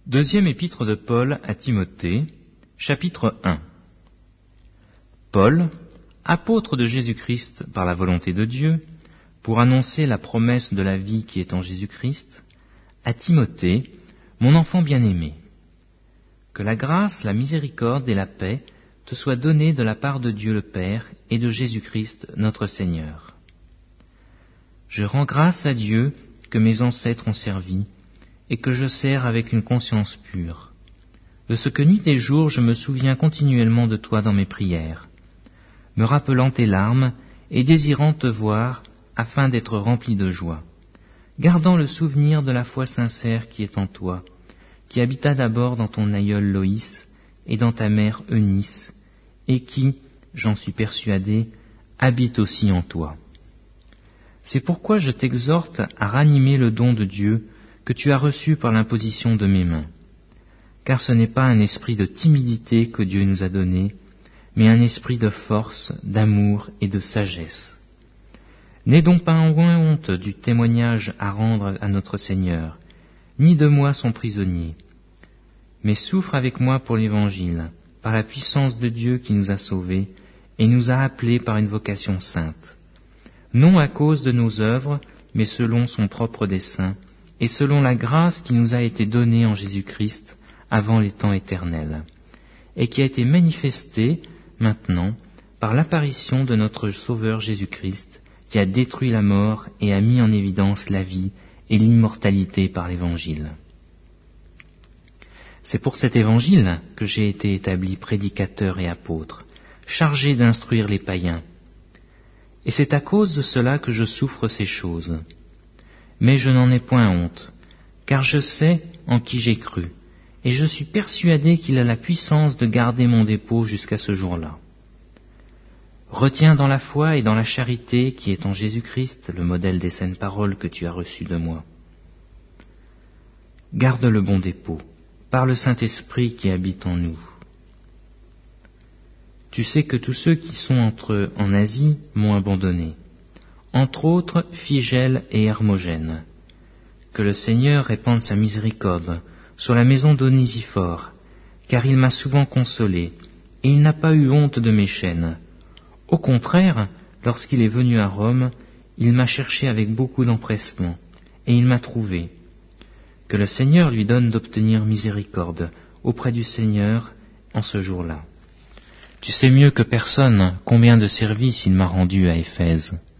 Deuxième épître de Paul à Timothée, chapitre 1. Paul, apôtre de Jésus-Christ par la volonté de Dieu, pour annoncer la promesse de la vie qui est en Jésus-Christ, à Timothée, mon enfant bien-aimé. Que la grâce, la miséricorde et la paix te soient données de la part de Dieu le Père et de Jésus-Christ notre Seigneur. Je rends grâce à Dieu que mes ancêtres ont servi et que je sers avec une conscience pure. De ce que nuit et jour je me souviens continuellement de toi dans mes prières, me rappelant tes larmes et désirant te voir afin d'être rempli de joie, gardant le souvenir de la foi sincère qui est en toi, qui habita d'abord dans ton aïeul Loïs et dans ta mère Eunice, et qui, j'en suis persuadé, habite aussi en toi. C'est pourquoi je t'exhorte à ranimer le don de Dieu que tu as reçu par l'imposition de mes mains. Car ce n'est pas un esprit de timidité que Dieu nous a donné, mais un esprit de force, d'amour et de sagesse. N'aie donc pas honte du témoignage à rendre à notre Seigneur, ni de moi son prisonnier, mais souffre avec moi pour l'Évangile, par la puissance de Dieu qui nous a sauvés et nous a appelés par une vocation sainte, non à cause de nos œuvres, mais selon son propre dessein, et selon la grâce qui nous a été donnée en Jésus-Christ avant les temps éternels, et qui a été manifestée maintenant par l'apparition de notre Sauveur Jésus-Christ, qui a détruit la mort et a mis en évidence la vie et l'immortalité par l'Évangile. C'est pour cet Évangile que j'ai été établi prédicateur et apôtre, chargé d'instruire les païens. Et c'est à cause de cela que je souffre ces choses. Mais je n'en ai point honte, car je sais en qui j'ai cru, et je suis persuadé qu'il a la puissance de garder mon dépôt jusqu'à ce jour-là. Retiens dans la foi et dans la charité qui est en Jésus-Christ le modèle des saines paroles que tu as reçues de moi. Garde le bon dépôt, par le Saint-Esprit qui habite en nous. Tu sais que tous ceux qui sont en Asie m'ont abandonné, entre autres Phygèle et Hermogène. Que le Seigneur répande sa miséricorde sur la maison d'Onésiphore, car il m'a souvent consolé, et il n'a pas eu honte de mes chaînes. Au contraire, lorsqu'il est venu à Rome, il m'a cherché avec beaucoup d'empressement, et il m'a trouvé. Que le Seigneur lui donne d'obtenir miséricorde auprès du Seigneur en ce jour-là. Tu sais mieux que personne combien de services il m'a rendu à Éphèse.